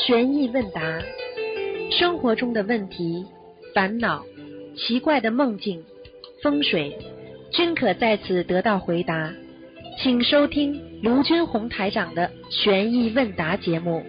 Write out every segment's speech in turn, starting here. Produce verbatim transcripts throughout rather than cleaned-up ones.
悬疑问答，生活中的问题、烦恼、奇怪的梦境、风水，均可在此得到回答。请收听卢军红台长的悬疑问答节目。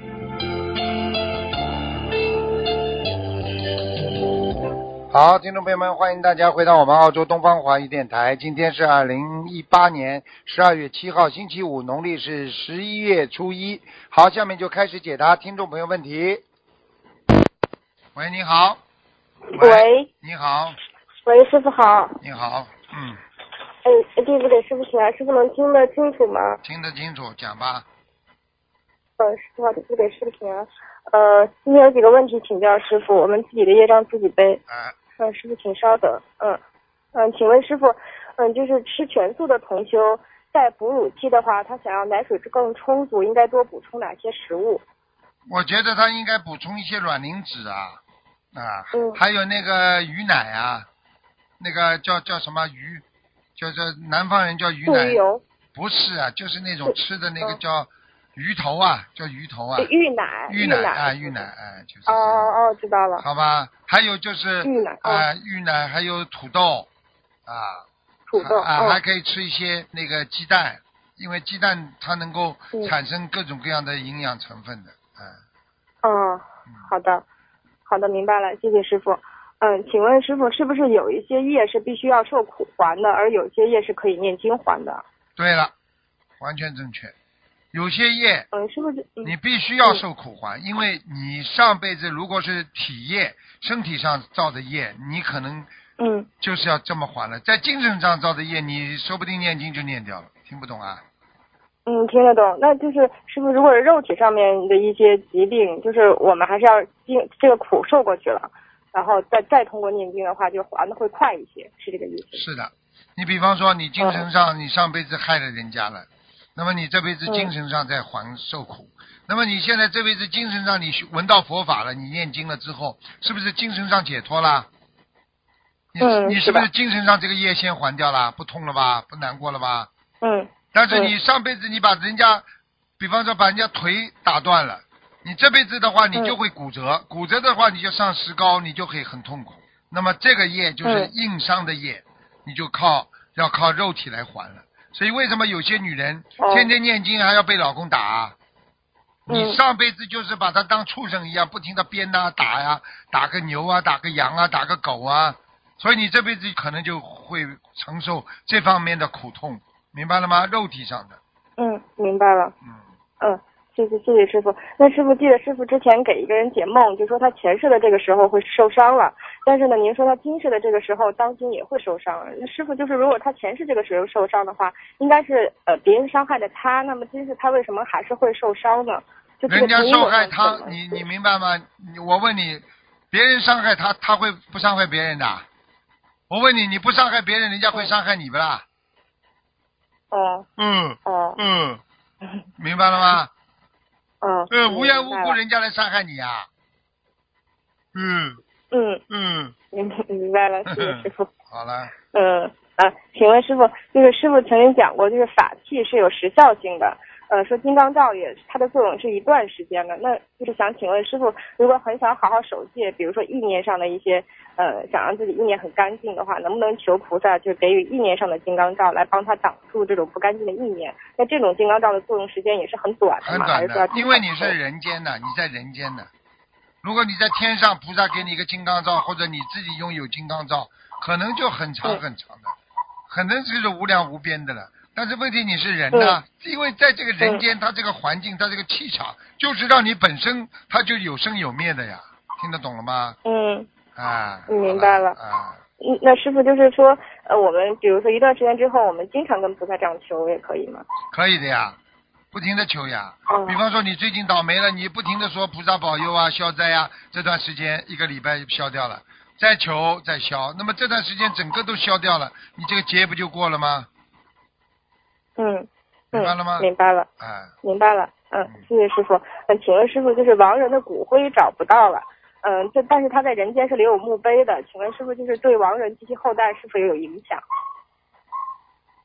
好，听众朋友们，欢迎大家回到我们澳洲东方华语电台。今天是二零一八年十二月七号，星期五，农历是十一月初一。好，下面就开始解答听众朋友问题。喂，你好。 喂。 你好。 喂，师傅好。 你好，嗯。 哎，对不对？师傅请安，师傅能听得清楚吗？ 听得清楚，讲吧。 呃，师傅好，对不对？师傅请安。呃，今天有几个问题请教师傅，我们自己的业障自己背。 哎。 嗯，师傅请稍等。嗯嗯，请问师傅，嗯，就是吃全素的同修，在哺乳期的话，他想要奶水更充足，应该多补充哪些食物？ 我觉得他应该补充一些卵磷脂啊，啊， 嗯， 还有那个鱼奶啊，那个叫叫什么鱼，就是南方人叫鱼奶， 鱼油不是啊，就是那种吃的那个叫鱼头啊，叫鱼头啊， 芋奶， 芋奶啊，芋奶，哎，就是哦哦，知道了， 好吧，还有就是芋奶啊，芋奶还有土豆啊， 土豆啊， 哦还可以吃一些那个鸡蛋，因为鸡蛋它能够产生各种各样的营养成分的，嗯。 哦，好的，好的，明白了，谢谢师傅。嗯，请问师傅，是不是有一些业是必须要受苦还的，而有些业是可以念经还的？ 对了，完全正确。有些业， 嗯，是不是、嗯、 你必须要受苦还、嗯，因为你上辈子如果是体业，身体上造的业，你可能嗯就是要这么还了。在精神上造的业，你说不定念经就念掉了，听不懂啊？ 嗯，听得懂。那就是师傅，如果是肉体上面的一些疾病，就是我们还是要经这个苦受过去了，然后再再通过念经的话，就还的会快一些，是这个意思？ 是的，你比方说你精神上、嗯、你上辈子害了人家了，那么你这辈子精神上在还受苦、嗯、那么你现在这辈子精神上你闻到佛法了，你念经了之后，是不是精神上解脱了？你、 嗯、 你是不是精神上这个业先还掉了？不痛了吧？不难过了吧？ 嗯。 但是你上辈子你把人家，比方说把人家腿打断了，你这辈子的话你就会骨折，嗯、骨折的话你就上石膏，你就会很痛苦。那么这个业就是硬伤的业，嗯、你就靠要靠肉体来还了。所以为什么有些女人天天念经还要被老公打、啊嗯？ 你上辈子就是把他当畜生一样，不停的鞭啊打呀、啊，打个牛啊，打个羊啊，打个狗啊，所以你这辈子可能就会承受这方面的苦痛。明白了吗？肉体上的。 嗯，明白了。 嗯嗯，谢谢谢谢师傅。那师傅记得师傅之前给一个人解梦，就说他前世的这个时候会受伤了，但是呢，您说他今世的这个时候当心也会受伤。那师傅就是如果他前世这个时候受伤的话，应该是呃别人伤害的他，那么今世他为什么还是会受伤呢？就人家受害他，你你明白吗？我问你，别人伤害他，他会不伤害别人的？我问你，你不伤害别人，人家会伤害你不啦？ 哦， 嗯， 哦， 嗯，明白了吗？ 嗯， 嗯，无缘无故人家来伤害你啊。嗯， 嗯嗯， 明明白了，谢谢师傅。 好了。 嗯啊，请问师傅，就是师傅曾经讲过，就是法器是有时效性的。呃，说金刚罩也它的作用是一段时间的，那就是想请问师傅，如果很想好好守戒，比如说意念上的一些呃，想让自己意念很干净的话，能不能求菩萨就给予意念上的金刚罩来帮他挡住这种不干净的意念？那这种金刚罩的作用时间也是很短的嘛？ 很短的， 因为你是人间的，你在人间的。如果你在天上，菩萨给你一个金刚罩，或者你自己拥有金刚罩，可能就很长很长的，可能就是无量无边的了。但是问题你是人呐、啊，因为在这个人间，它这个环境，它这个气场，就是让你本身它就有生有灭的呀，听得懂了吗？ 嗯， 啊， 明白了。 啊， 嗯，那师傅就是说，呃，我们比如说一段时间之后，我们经常跟菩萨这样求也可以吗？ 可以的呀，不停的求呀。 哦、 比方说你最近倒霉了，你不停的说菩萨保佑啊、消灾啊，这段时间一个礼拜消掉了，再求再消，那么这段时间整个都消掉了，你这个劫不就过了吗？ 嗯， 明白了吗？ 明白了， 哎， 明白了，嗯，谢谢师傅。嗯，请问师傅，就是亡人的骨灰找不到了，嗯，这但是他在人间是留有墓碑的，请问师傅，就是对亡人及其后代是否有影响？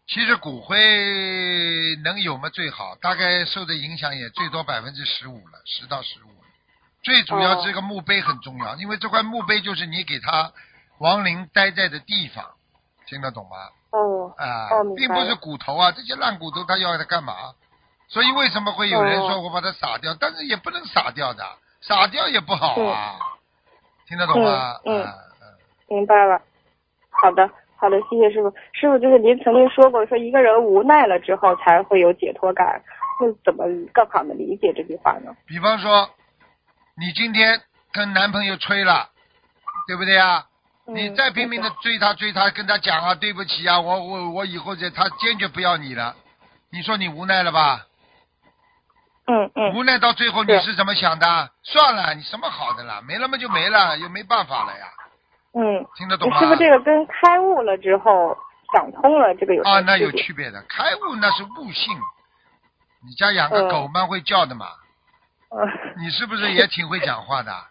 其实骨灰能有嘛最好，大概受的影响也最多百分之十五了，十到十五。最主要这个墓碑很重要，因为这块墓碑就是你给他亡灵待在的地方，听得懂吗？ 哦， 啊、 哦， 并不是骨头啊，这些烂骨头他要它干嘛？所以为什么会有人说我把它撒掉？但是也不能撒掉的，撒掉也不好啊，听得懂吗？ 嗯嗯啊明白了。好的，好的，谢谢师傅。师傅，就是您曾经说过，说一个人无奈了之后才会有解脱感，那怎么更好的理解这句话呢？ 比方说，你今天跟男朋友吹了，对不对啊？ 嗯你再拼命的追他追他，跟他讲啊，对不起啊，我我我以后这他坚决不要你了，你说你无奈了吧？ 嗯嗯。 无奈到最后你是怎么想的？算了，你什么好的啦，没了嘛就没了，又没办法了呀。 嗯， 听得懂吗？ 师傅，这个跟开悟了之后想通了，这个有什么啊，那有区别区别的。开悟那是悟性，你家养个狗蛮会叫的嘛？ 嗯。 你是不是也挺会讲话的？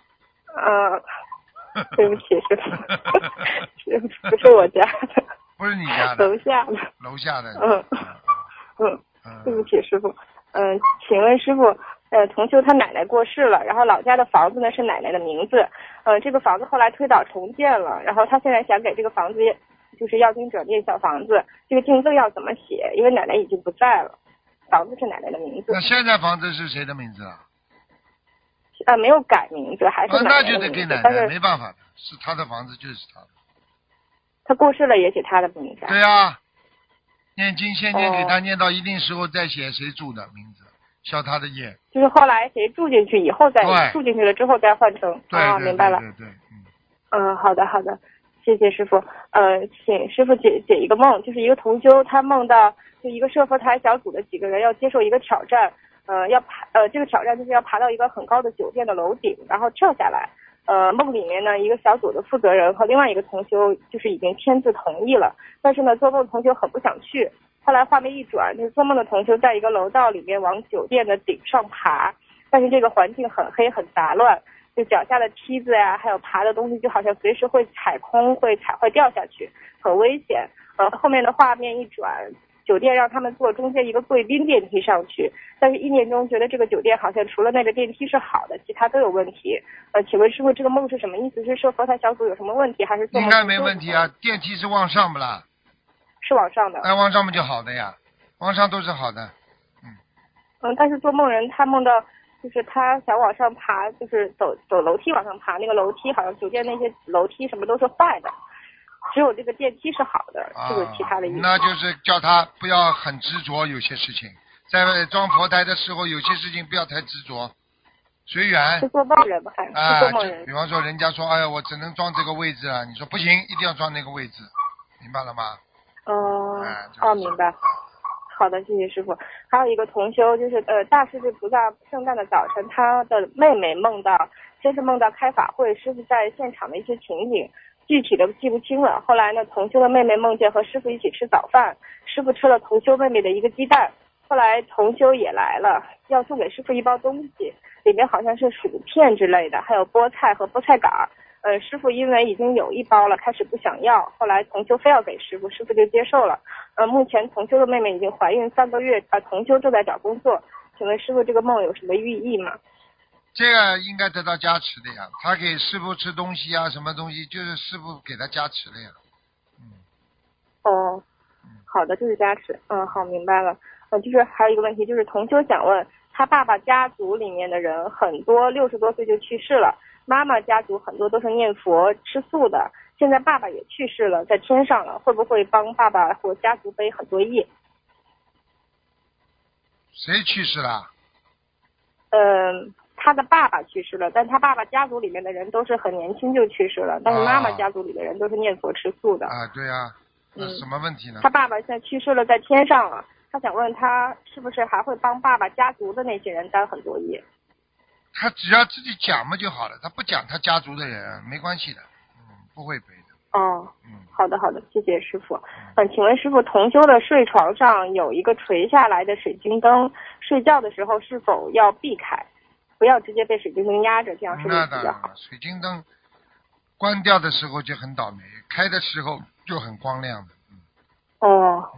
啊，对不起，师傅，师傅不是我家的， 不是你家的， 楼下的， 楼下的。 嗯嗯， 嗯， 对不起，师傅。嗯，请问师傅，呃，同修他奶奶过世了，然后老家的房子呢是奶奶的名字，呃，这个房子后来推倒重建了，然后他现在想给这个房子就是要经者念小房子，这个敬字要怎么写？因为奶奶已经不在了，房子是奶奶的名字。 那现在房子是谁的名字啊？ 啊，没有改名字，还是啊， 奶奶的名字。 那就得给奶奶， 但是没办法的，是他的房子就是他的。 他过世了也写他的名字。 对啊，念经先念给他， 哦念到一定时候再写谁住的名字，消他的业。 就是后来谁住进去以后再对住进去了之后再换成。 对啊， 对明白了。 对对对，嗯。 嗯，好的好的，谢谢师傅。呃，请师傅解解一个梦，就是一个同修他梦到就一个设佛台小组的几个人要接受一个挑战，呃，要爬呃这个挑战就是要爬到一个很高的酒店的楼顶，然后跳下来。呃，梦里面呢，一个小组的负责人和另外一个同修就是已经签字同意了，但是呢，做梦同修很不想去。后来画面一转，就是做梦的同修在一个楼道里面往酒店的顶上爬，但是这个环境很黑很杂乱，就脚下的梯子呀，还有爬的东西，就好像随时会踩空，会踩会掉下去，很危险。呃，后面的画面一转，酒店让他们坐中间一个贵宾电梯上去，但是意念中觉得这个酒店好像除了那个电梯是好的，其他都有问题。呃，请问师傅，这个梦是什么意思？是说佛台小组有什么问题，还是做梦？ 应该没问题啊，电梯是往上不啦？ 是往上的。 哎，往上不就好的呀？往上都是好的。嗯。 嗯，但是做梦人他梦到，就是他想往上爬，就是走走楼梯往上爬，那个楼梯好像酒店那些楼梯什么都是坏的，只有这个电梯是好的， 啊、 这个其他的意思。 那就是叫他不要很执着，有些事情在装佛台的时候，有些事情不要太执着，随缘。 是做梦人吧？还是啊， 做梦人？ 比方说人家说，哎呀，我只能装这个位置啊，你说不行，一定要装那个位置，明白了吗？ 哦、 哎就是哦，明白。好的，谢谢师傅。还有一个同修，就是呃，大势至菩萨圣诞的早晨，他的妹妹梦到，先是梦到开法会，师傅在现场的一些情景，具体的记不清了。后来呢，同修的妹妹梦见和师傅一起吃早饭，师傅吃了同修妹妹的一个鸡蛋。后来同修也来了，要送给师傅一包东西，里面好像是薯片之类的，还有菠菜和菠菜杆儿。呃，师傅因为已经有一包了，开始不想要，后来同修非要给师傅，师傅就接受了。呃，目前同修的妹妹已经怀孕三个月，呃，同修正在找工作。请问师傅，这个梦有什么寓意吗？ 这个应该得到加持的呀，他给师傅吃东西啊，什么东西，就是师傅给他加持的呀。嗯。 哦，好的，就是加持。嗯，好，明白了。呃，就是还有一个问题，就是同修想问，他爸爸家族里面的人很多六十多岁就去世了，妈妈家族很多都是念佛吃素的，现在爸爸也去世了，在天上了，会不会帮爸爸或家族背很多业？ 谁去世了？ 嗯，他的爸爸去世了，但他爸爸家族里面的人都是很年轻就去世了，但是妈妈家族里的人都是念佛吃素的。 啊，对啊，那嗯什么问题呢？ 他爸爸现在去世了，在天上了，他想问他是不是还会帮爸爸家族的那些人担很多业？ 他只要自己讲嘛就好了，他不讲他家族的人没关系的，嗯，不会背的。 哦， 嗯， 好的好的，谢谢师傅。嗯，请问师傅，同修的睡床上有一个垂下来的水晶灯，睡觉的时候是否要避开，不要直接被水晶灯压着，这样是不是那比较好？ 当然了，水晶灯关掉的时候就很倒霉，开的时候就很光亮的。嗯。 哦， 嗯。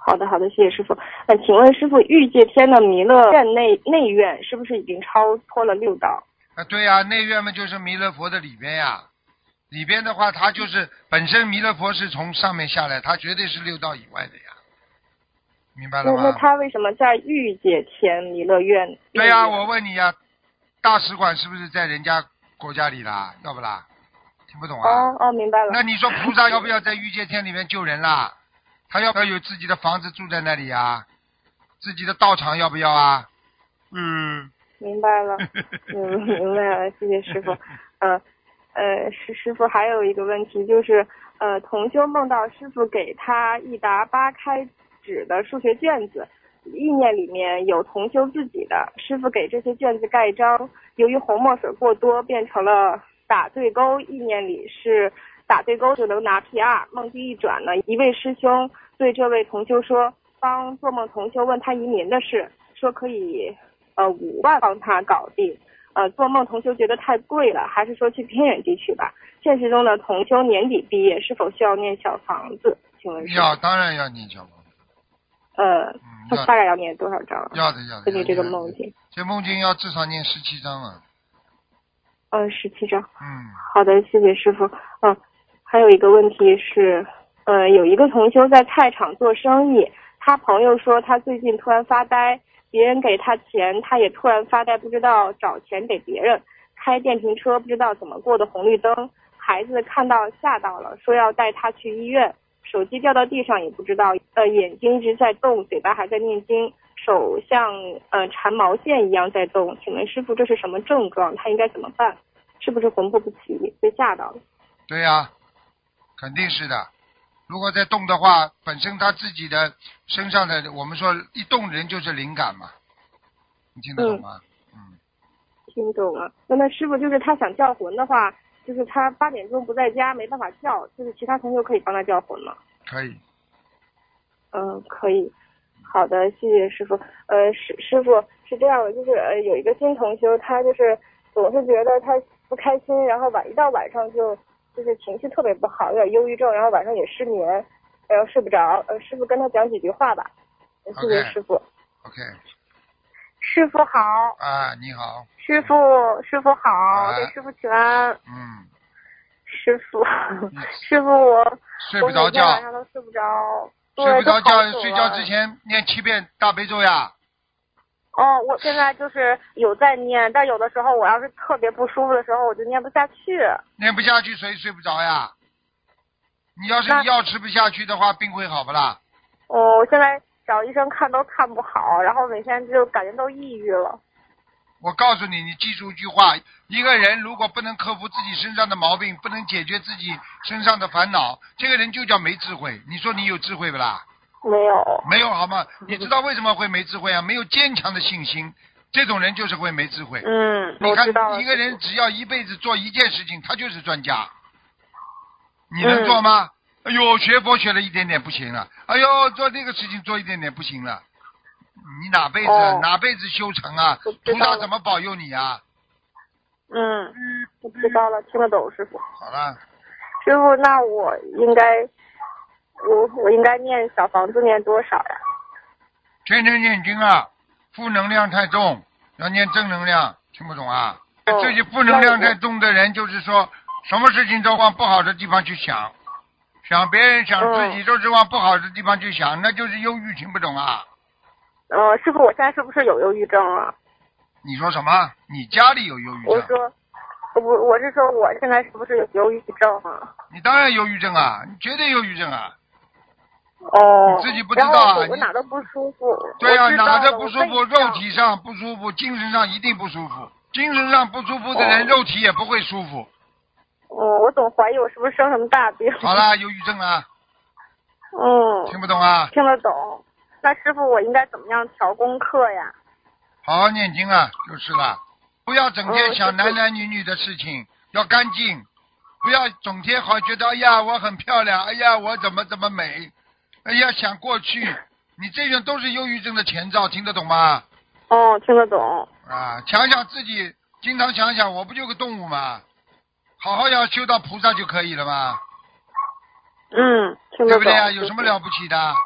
好的，好的，谢谢师傅。呃，请问师傅，欲界天的弥勒院内内院是不是已经超脱了六道？ 啊，对呀、内院嘛就是弥勒佛的里边呀。里边的话，它就是本身弥勒佛是从上面下来，它绝对是六道以外的呀。明白了吗？ 那那他为什么在欲界天弥勒院？ 对呀、我问你呀、大使馆是不是在人家国家里啦？要不啦？听不懂啊？ 哦哦，明白了。 那你说菩萨要不要在欲界天里面救人啦？他要不要有自己的房子住在那里呀？自己的道场要不要啊？嗯。 明白了，嗯，明白了，谢谢师傅。呃，呃，师师傅还有一个问题就是，呃，同修梦到师傅给他一沓八开纸的数学卷子，意念里面有同修自己的，师傅给这些卷子盖章，由于红墨水过多，变成了打对勾，意念里是打对勾就能拿 P R。梦境一转呢，一位师兄对这位同修说，帮做梦同修问他移民的事，说可以。呃，五万帮他搞定。呃，做梦同修觉得太贵了，还是说去偏远地区吧。现实中的同修年底毕业，是否需要念小房子？请问是？ 要，当然要念小房子。 呃， 嗯， 他大概要念多少章？ 要的，要的。 根据这个梦境。 这梦境要至少念十七章啊。 嗯，十七章。 嗯。 好的，谢谢师傅。嗯，还有一个问题是，呃，有一个同修在菜场做生意，他朋友说他最近突然发呆。别人给他钱，他也突然发呆，不知道找钱给别人。开电瓶车，不知道怎么过的红绿灯。孩子看到吓到了，说要带他去医院。手机掉到地上也不知道，呃，眼睛一直在动，嘴巴还在念经，手像呃缠毛线一样在动。请问师傅，这是什么症状？他应该怎么办？是不是魂魄不齐，被吓到了？ 对呀、啊，肯定是的。如果在动的话，本身他自己的身上的，我们说一动人就是灵感嘛，你听得懂吗？嗯，嗯听懂了。那那师傅就是他想叫魂的话，就是他八点钟不在家，没办法叫，就是其他同学可以帮他叫魂吗？ 可以。 嗯，可以。好的，谢谢师傅。呃，师师傅是这样的，就是呃有一个新同修，他就是总是觉得他不开心，然后晚一到晚上就。就是情绪特别不好，有点忧郁症，然后晚上也失眠，然后睡不着。呃，师傅跟他讲几句话吧。谢谢师傅。 OK。 师傅好。 啊，你好。 师傅，师傅好，啊、给师傅请安。 嗯。 师傅，师傅我睡不着觉， 晚上都睡不着。 睡不着觉，睡觉之前念七遍大悲咒呀。 哦，我现在就是有在念，但有的时候我要是特别不舒服的时候，我就念不下去。 念不下去，所以睡不着呀。你要是药吃不下去的话，病会好不啦？ 哦，我现在找医生看都看不好，然后每天就感觉都抑郁了。 我告诉你，你记住一句话：一个人如果不能克服自己身上的毛病，不能解决自己身上的烦恼，这个人就叫没智慧。你说你有智慧不啦？ 没有， 没有好吗？你知道为什么会没智慧啊？没有坚强的信心，这种人就是会没智慧。 嗯， 你看我知道了。 一个人只要一辈子做一件事情，他就是专家。你能做吗？嗯、哎呦，学佛学了一点点不行了，哎呦，做这个事情做一点点不行了，你哪辈子、哦、哪辈子修成啊？菩萨怎么保佑你啊？ 嗯，我知道了，听得懂师傅。 好了。 师傅，那我应该。我我应该念小房子念多少呀？ 天天念经啊，负能量太重，要念正能量，听不懂啊？哦、这些负能量太重的人，就是说什么事情都往不好的地方去想，想别人想自己都是往不好的地方去想，嗯、那就是忧郁，听不懂啊？ 呃，师傅，我现在是不是有忧郁症啊？ 你说什么？你家里有忧郁症？ 我说，我我是说我现在是不是有忧郁症啊？ 你当然忧郁症啊，你绝对忧郁症啊！ 哦， 你自己不知道啊！ 我哪都不舒服。 对啊，哪都不舒服，肉体上不舒服，精神上一定不舒服。精神上不舒服的人，哦、肉体也不会舒服。 哦，我总怀疑我是不是生什么大病。 好啦，忧郁症啦。 嗯。 听不懂啊？ 听得懂。那师傅，我应该怎么样调功课呀？ 好好念经啊，就是了。不要整天想男男女女的事情，嗯、要干净。不要整天好觉得，哎呀，我很漂亮，哎呀，我怎么怎么美。哎呀，想过去，你这种都是忧郁症的前兆，听得懂吗？ 哦，听得懂。 啊，想想自己，经常想想，我不就个动物吗？好好要修到菩萨就可以了吗？ 嗯，听得懂。 对不对啊？有什么了不起的？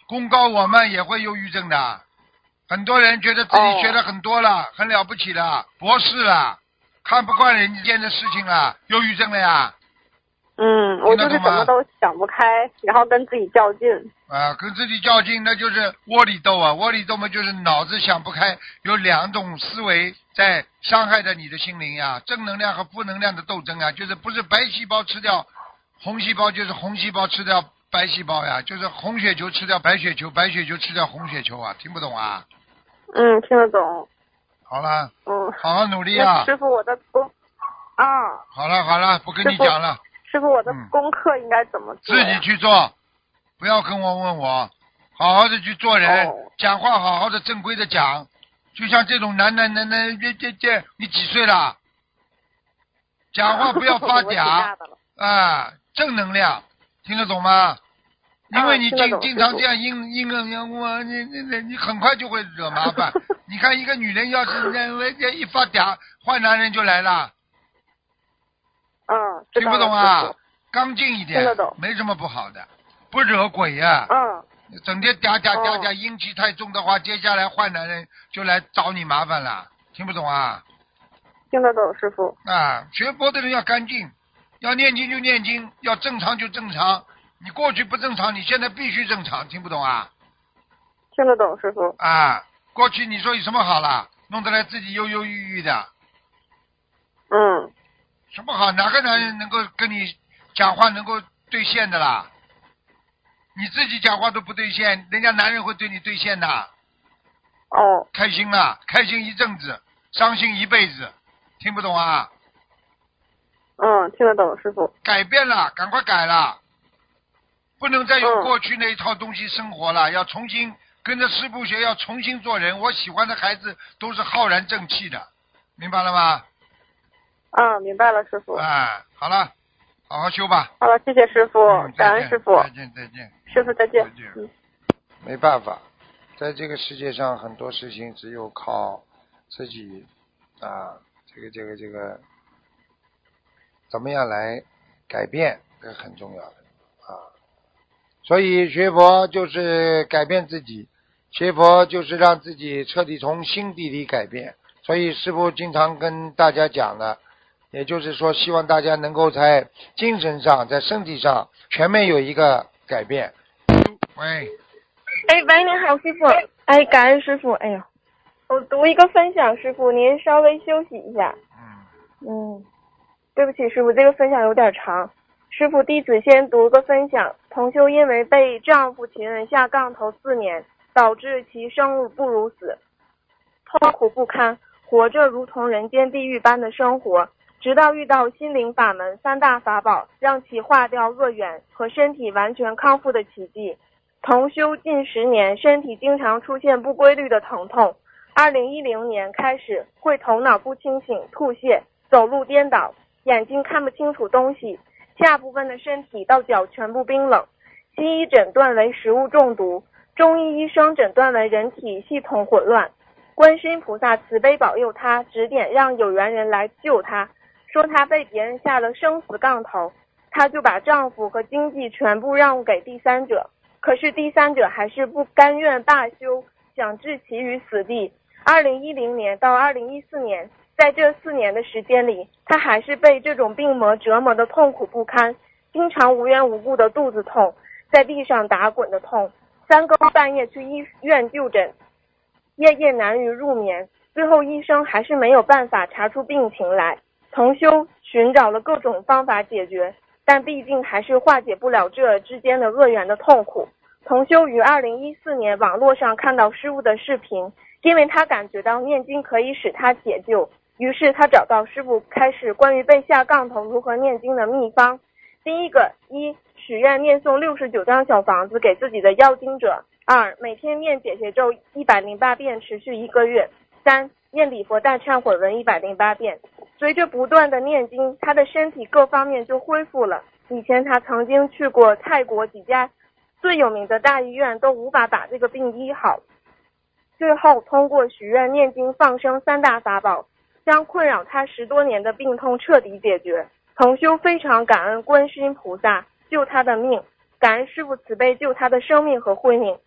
功高我慢也会忧郁症的。很多人觉得自己学的很多了，哦、很了不起了，博士了，看不惯人间的事情了，忧郁症了呀。 嗯，我就是什么都想不开，然后跟自己较劲。 啊，跟自己较劲，那就是窝里斗啊！窝里斗嘛，就是脑子想不开，有两种思维在伤害着你的心灵呀，正能量和负能量的斗争啊，就是不是白细胞吃掉红细胞，就是红细胞吃掉白细胞呀，就是红血球吃掉白血球，白血球吃掉红血球啊，听不懂啊？ 嗯，听得懂。 好了， 嗯， 好好努力啊！ 师傅，我的功啊。 好了好了，不跟你讲了。 师傅，我的功课应该怎么做、 嗯？自己去做，不要跟我问我，好好的去做人， 哦、 讲话好好的正规的讲。就像这种男男男男这这这，你几岁了？讲话不要发嗲啊，正能量，听得懂吗？因为你经、啊、经常这样阴阴冷阳我你你你你很快就会惹麻烦。你看一个女人要是认为一发嗲，坏男人就来了。 嗯， 听不懂啊？刚劲一点，没什么不好的，不惹鬼呀、 啊。嗯。 整天嗲嗲嗲嗲，阴气太重的话，接下来坏男人就来找你麻烦了。听不懂啊？ 听得懂，师傅。 啊，学佛的人要干净，要念经就念经，要正常就正常。你过去不正常，你现在必须正常。听不懂啊？ 听得懂，师傅。 啊，过去你说有什么好了？弄得来自己忧忧郁郁的。 嗯。 什么好？哪个男人能够跟你讲话能够兑现的啦？你自己讲话都不兑现，人家男人会对你兑现的。 哦。 开心了，开心一阵子，伤心一辈子，听不懂啊？ 嗯，听得懂，师傅。 改变了，赶快改了，不能再用过去那一套东西生活了，嗯、要重新跟着师父学，要重新做人。我喜欢的孩子都是浩然正气的，明白了吗？ 啊，明白了，师傅。 哎，好了，好好修吧。 好了，谢谢师傅， 嗯、 感恩师傅。 再见，再见。 师傅再见。 再见。嗯、没办法，在这个世界上很多事情只有靠自己啊，这个这个这个怎么样来改变，这很重要的啊。所以学佛就是改变自己，学佛就是让自己彻底从心底里改变。所以师父经常跟大家讲的。也就是说，希望大家能够在精神上、在身体上全面有一个改变。喂， 哎，喂，你好，师傅。哎，感恩师傅。哎呀，我读一个分享，师傅您稍微休息一下。嗯。嗯，对不起，师傅，这个分享有点长。师傅，弟子先读个分享。同修因为被丈夫情人下杠头四年，导致其生不如死，痛苦不堪，活着如同人间地狱般的生活。直到遇到心灵法门三大法宝，让其化掉恶缘和身体完全康复的奇迹。同修近十年，身体经常出现不规律的疼痛。二零一零年开始会头脑不清醒、吐泻、走路颠倒、眼睛看不清楚东西，下部分的身体到脚全部冰冷。西医诊断为食物中毒，中医医生诊断为人体系统混乱。观世音菩萨慈悲保佑他，指点让有缘人来救他。说她被别人下了生死杠头，她就把丈夫和经济全部让给第三者，可是第三者还是不甘愿罢休，想置其于死地。二零一零年到二零一四年，在这四年的时间里，她还是被这种病魔折磨的痛苦不堪，经常无缘无故的肚子痛，在地上打滚的痛，三更半夜去医院就诊，夜夜难于入眠，最后医生还是没有办法查出病情来。同修寻找了各种方法解决，但毕竟还是化解不了这之间的恶缘的痛苦。同修于二零一四年网络上看到师父的视频，因为他感觉到念经可以使他解救，于是他找到师父开始关于被下杠头如何念经的秘方。第一个，一许愿念诵六十九张小房子给自己的要经者；二每天念解结咒一百零八遍，持续一个月；三念礼佛大忏悔文一百零八遍。随着不断的念经，他的身体各方面就恢复了。以前他曾经去过泰国几家最有名的大医院，都无法把这个病医好。最后通过许愿、念经、放生三大法宝，将困扰他十多年的病痛彻底解决。同修非常感恩观世音菩萨救他的命，感恩师父慈悲救他的生命和慧命，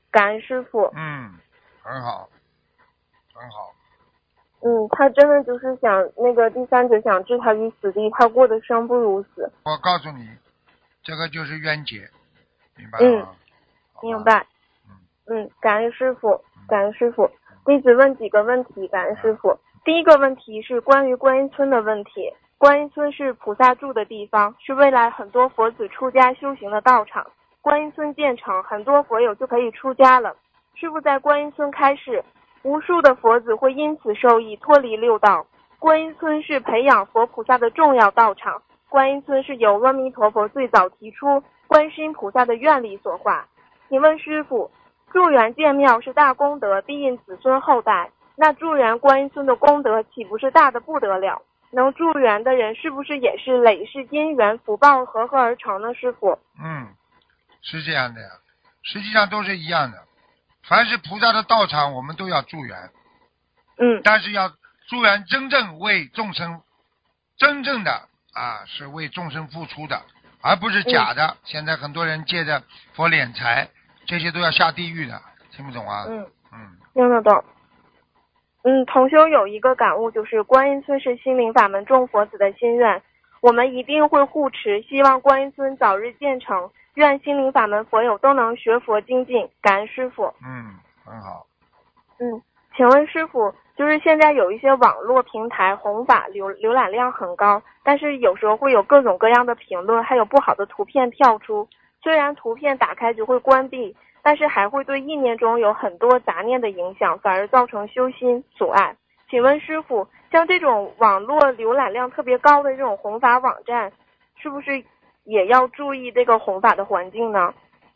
感恩师傅。 嗯，很好，很好。 嗯，他真的就是想那个第三者想置他于死地，他过得生不如死。 我告诉你，这个就是冤结，明白了吗？ 嗯，明白。 嗯嗯，感恩师傅，感恩师傅。弟子问几个问题，感恩师傅。第一个问题是关于观音村的问题。观音村是菩萨住的地方，是未来很多佛子出家修行的道场。观音村建成，很多佛友就可以出家了。师父在观音村开示，无数的佛子会因此受益，脱离六道。观音村是培养佛菩萨的重要道场。观音村是由阿弥陀佛最早提出观世音菩萨的愿力所化。请问师父，助缘建庙是大功德，必应子孙后代。那助缘观音村的功德岂不是大的不得了？能助缘的人是不是也是累世因缘福报合合而成呢？师父？ 嗯，是这样的呀，实际上都是一样的。凡是菩萨的道场，我们都要助缘。 嗯， 但是要助缘真正为众生，真正的啊是为众生付出的，而不是假的。嗯、现在很多人借着佛敛财，这些都要下地狱的，听不懂啊？ 嗯嗯， 听得懂。嗯，同修有一个感悟，就是观音村是心灵法门众佛子的心愿，我们一定会护持，希望观音村早日建成，愿心灵法门佛友都能学佛精进，感恩师父。 嗯，很好。 嗯，请问师父，就是现在有一些网络平台弘法浏浏览量很高，但是有时候会有各种各样的评论，还有不好的图片跳出，虽然图片打开就会关闭，但是还会对意念中有很多杂念的影响，反而造成修心阻碍。请问师父，像这种网络浏览量特别高的这种弘法网站，是不是也要注意这个弘法的环境呢？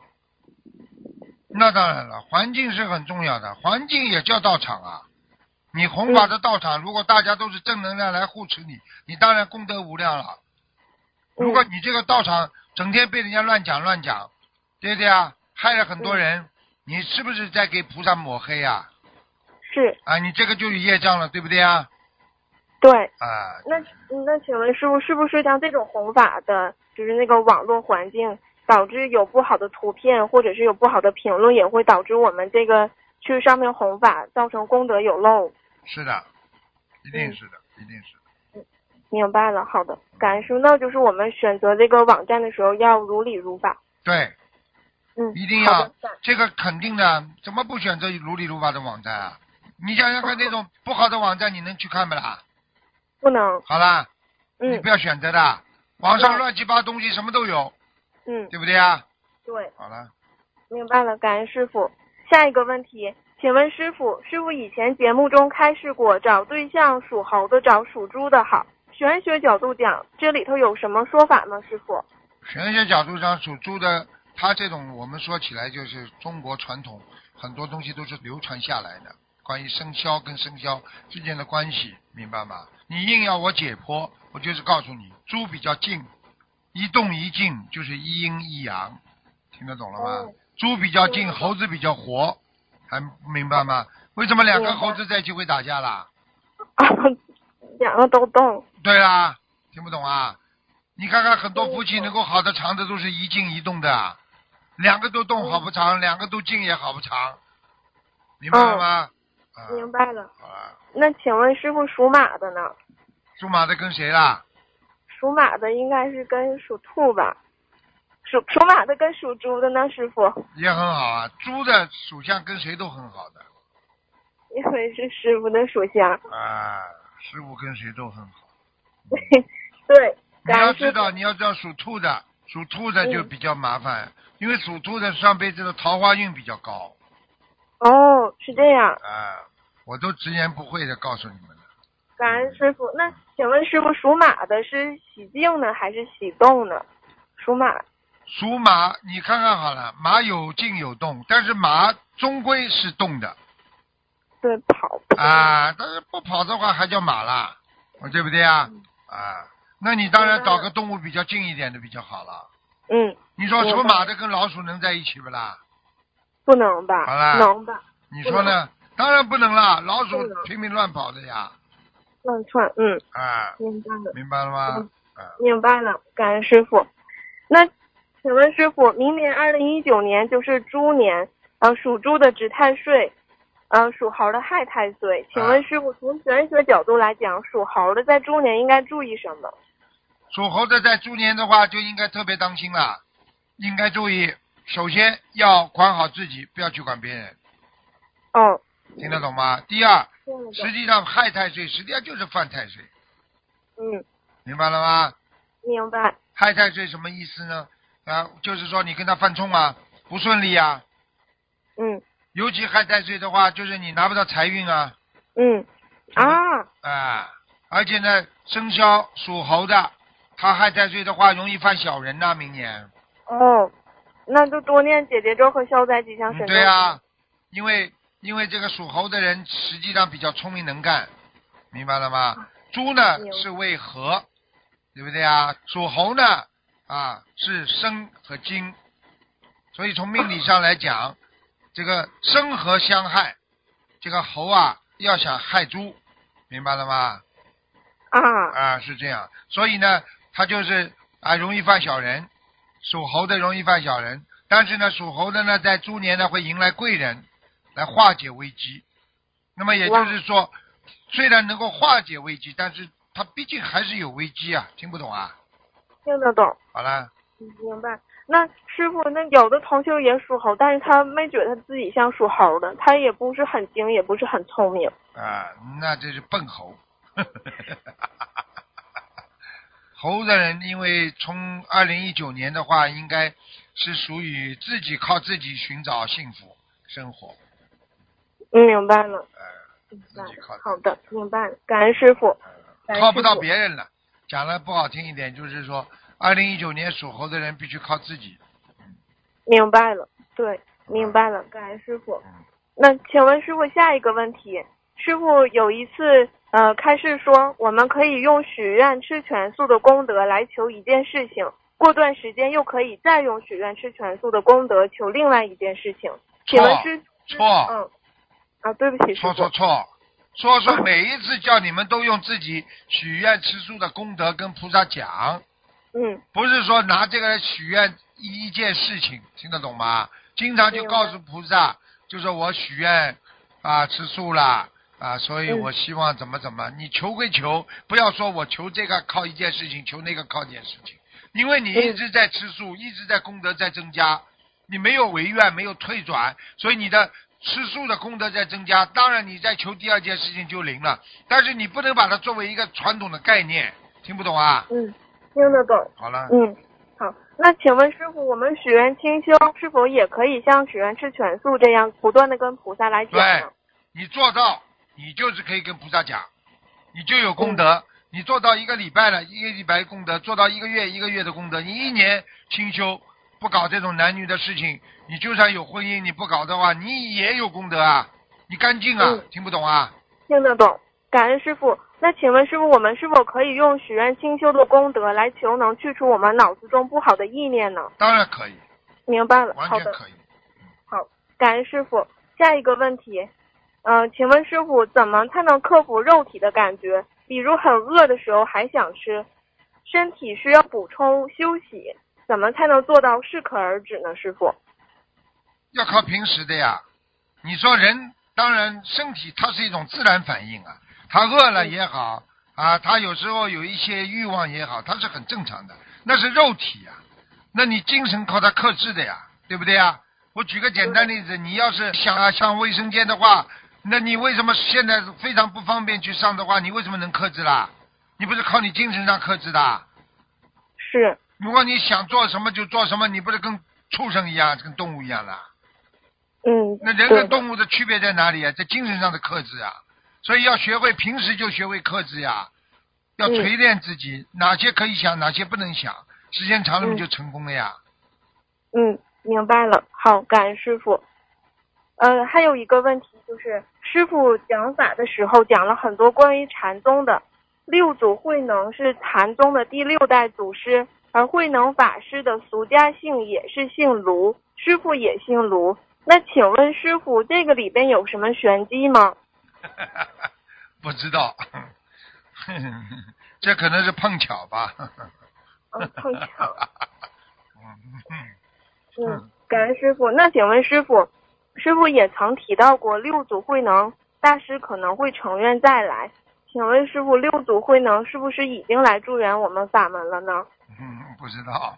那当然了，环境是很重要的，环境也叫道场啊。你弘法的道场，嗯、如果大家都是正能量来护持你，你当然功德无量了。如果你这个道场整天被人家乱讲乱讲，对不对啊？害了很多人，嗯、你是不是在给菩萨抹黑啊？ 是啊，你这个就有业障了，对不对啊？ 对啊， 那那请问师父，是不是像这种弘法的，就是那个网络环境，导致有不好的图片，或者是有不好的评论，也会导致我们这个去上面弘法，造成功德有漏？ 是的，一定是的，嗯、一定是的。 嗯，明白了，好的，感恩师父。那就是我们选择这个网站的时候要如理如法。 对。 嗯， 一定要这个肯定的，怎么不选择如理如法的网站啊？你想想看，那种不好的网站，你能去看不啦？ 不能。 好啦， 嗯， 你不要选择的，网上乱七八东西什么都有， 嗯， 对不对啊？ 对。 好了， 明白了，感恩师父。下一个问题，请问师父，师父以前节目中开示过，找对象属猴的找属猪的好，玄学角度讲，这里头有什么说法吗？师父？ 玄学角度上，属猪的。他这种我们说起来就是中国传统，很多东西都是流传下来的，关于生肖跟生肖之间的关系，明白吗？你硬要我解剖，我就是告诉你，猪比较静，一动一静就是一阴一阳，听得懂了吗？哦、猪比较静，猴子比较活，还明白吗？为什么两个猴子在一起会打架啦？ 啊，两个都动。 对啦，听不懂啊？你看看很多夫妻能够好的长的都是一静一动的。两个都动好不长，嗯、两个都静也好不长，明白了吗？ 哦啊、明白了。 好了。 那请问师傅属马的呢？ 属马的跟谁啦？ 属马的应该是跟属兔吧？属属马的跟属猪的呢，师傅？ 也很好啊，猪的属相跟谁都很好的。 因为是师傅的属相。 啊，师傅跟谁都很好。 对对。 你要知道，你要知道属兔的。属兔的就比较麻烦，嗯、因为属兔的上辈子的桃花运比较高。 哦，是这样。 啊，我都直言不讳的告诉你们了。 感恩师傅。那请问师傅，属马的是喜静呢，还是喜动呢？属马。 属马，你看看好了，马有静有动，但是马终归是动的。 对，跑。 啊，但是不跑的话还叫马啦，对不对啊？嗯、啊。那你当然找个动物比较近一点的比较好了。 嗯。 你说属马的跟老鼠能在一起不啦？ 不能吧？ 好啦。 能吧？ 你说呢？当然不能了，老鼠拼命乱跑的呀。 乱窜，嗯。 啊。 明白了。 明白了吗？ 嗯、明白了，感恩师傅。那请问师傅，明年二零一九年就是猪年， 呃，属猪的值太岁，呃，属猴的害太岁。请问师傅，从玄学角度来讲，属猴的在猪年应该注意什么？ 属猴的在猪年的话，就应该特别当心了，应该注意，首先要管好自己，不要去管别人。 哦。 听得懂吗？第二， 听得懂。 实际上害太岁，实际上就是犯太岁。 嗯。 明白了吗？ 明白。 害太岁什么意思呢？啊，就是说你跟他犯冲啊，不顺利啊。 嗯。 尤其害太岁的话，就是你拿不到财运啊。 嗯。啊。 啊，而且呢，生肖属猴的，他害太岁的话，容易犯小人呐、啊，明年。 哦，那就多念姐姐咒和消灾吉祥神咒。 嗯、对啊，因为因为这个属猴的人实际上比较聪明能干，明白了吗？猪呢是为和，对不对啊？属猴呢啊是生和金，所以从命理上来讲，这个生和相害，这个猴啊要想害猪，明白了吗？ 啊啊是这样，所以呢他就是啊容易犯小人，属猴的容易犯小人，但是呢属猴的呢在猪年呢会迎来贵人来化解危机，那么也就是说虽然能够化解危机，但是他毕竟还是有危机啊，听不懂啊？ 听得懂。 好了。 明白。那师傅，那有的同学也属猴，但是他没觉得自己像属猴的，他也不是很精，也不是很聪明。 啊，那这是笨猴。猴的人，因为从二零一九年的话，应该是属于自己靠自己寻找幸福生活。 嗯，明白了。 呃， 明白了。 靠好的，明白了。感恩师傅。 呃、靠不到别人了。讲了不好听一点，就是说，二零一九年属猴的人必须靠自己。嗯、 明白了，对，明白了。感恩师傅。嗯、那请问师傅下一个问题，师傅有一次呃开示说，我们可以用许愿吃全素的功德来求一件事情，过段时间又可以再用许愿吃全素的功德求另外一件事情。请问师错？ 嗯。啊，对不起，师傅。 错错错。说说每一次叫你们都用自己许愿吃素的功德跟菩萨讲， 嗯， 不是说拿这个许愿一件事情，听得懂吗？经常就告诉菩萨，就说我许愿啊吃素了啊，所以我希望怎么怎么，嗯、你求归求，不要说我求这个靠一件事情，求那个靠一件事情，因为你一直在吃素，嗯、一直在功德在增加，你没有违愿，没有退转，所以你的吃素的功德在增加，当然你再求第二件事情就灵了，但是你不能把它作为一个传统的概念，听不懂啊？ 嗯，听得懂。 好了。 嗯，好，那请问师傅，我们许愿清修是否也可以像许愿吃全素这样不断的跟菩萨来讲呢？ 对，你做到，你就是可以跟菩萨讲，你就有功德。嗯、你做到一个礼拜了，一个礼拜功德，做到一个月一个月的功德，你一年清修。不搞这种男女的事情，你就算有婚姻，你不搞的话，你也有功德啊，你干净啊，嗯、听不懂啊？ 听得懂，感恩师傅。那请问师傅，我们是否可以用许愿清修的功德来求能去除我们脑子中不好的意念呢？ 当然可以。 明白了， 完全可以。 好，感恩师傅。下一个问题，嗯、呃，请问师傅，怎么才能克服肉体的感觉？比如很饿的时候还想吃，身体需要补充休息。怎么才能做到适可而止呢？师傅， 要靠平时的呀。你说人当然身体它是一种自然反应啊，他饿了也好、嗯、啊，他有时候有一些欲望也好，它是很正常的，那是肉体呀。那你精神靠它克制的呀，对不对呀？我举个简单例子，你要是想啊上卫生间的话，那你为什么现在非常不方便去上的话，你为什么能克制啦？你不是靠你精神上克制的？ 是。 如果你想做什么就做什么，你不是跟畜生一样，跟动物一样了？ 嗯。 那人跟动物的区别在哪里啊？在精神上的克制啊。所以要学会平时就学会克制呀，要锤炼自己，嗯、哪些可以想，哪些不能想，时间长了你就成功了呀。 嗯，明白了。好，感恩师傅。呃，还有一个问题就是，师傅讲法的时候讲了很多关于禅宗的，六祖慧能是禅宗的第六代祖师。而慧能法师的俗家姓也是姓卢，师傅也姓卢。那请问师傅，这个里边有什么玄机吗？ 不知道，这可能是碰巧吧。 嗯，碰巧。嗯，感恩师傅。那请问师傅， 师父也曾提到过六祖慧能大师可能会成愿再来，请问师父，六祖慧能是不是已经来助缘我们法门了呢？ 嗯，不知道。